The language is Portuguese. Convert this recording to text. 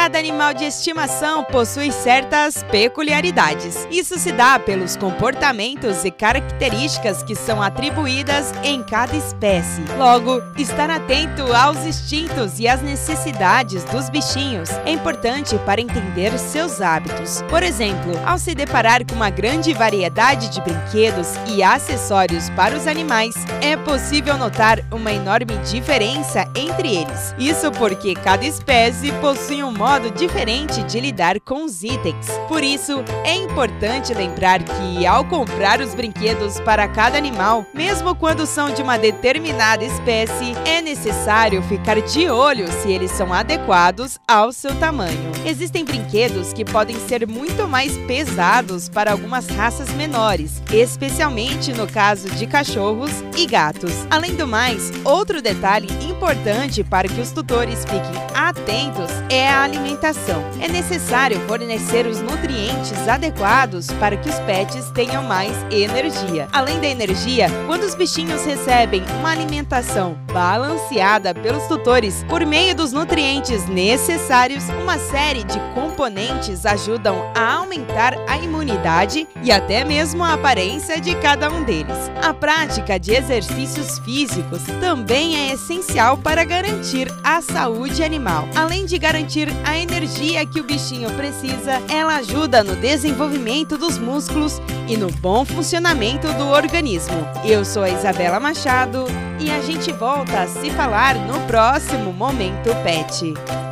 Cada animal de estimação possui certas peculiaridades. Isso se dá pelos comportamentos e características que são atribuídas em cada espécie. Logo, estar atento aos instintos e às necessidades dos bichinhos é importante para entender seus hábitos. Por exemplo, ao se deparar com uma grande variedade de brinquedos e acessórios para os animais, é possível notar uma enorme diferença entre eles. Isso porque cada espécie possui um modo diferente de lidar com os itens. Por isso, é importante lembrar que, ao comprar os brinquedos para cada animal, mesmo quando são de uma determinada espécie, é necessário ficar de olho se eles são adequados ao seu tamanho. Existem brinquedos que podem ser muito mais pesados para algumas raças menores, especialmente no caso de cachorros e gatos. Além do mais, outro detalhe importante para que os tutores fiquem atentos é a alimentação. É necessário fornecer os nutrientes adequados para que os pets tenham mais energia. Além da energia, quando os bichinhos recebem uma alimentação balanceada pelos tutores por meio dos nutrientes necessários, uma série de componentes ajudam a aumentar a imunidade e até mesmo a aparência de cada um deles. A prática de exercícios físicos também é essencial para garantir a saúde animal. Além de garantir a energia que o bichinho precisa, ela ajuda no desenvolvimento dos músculos e no bom funcionamento do organismo. Eu sou a Isabela Machado e a gente volta a se falar no próximo Momento Pet.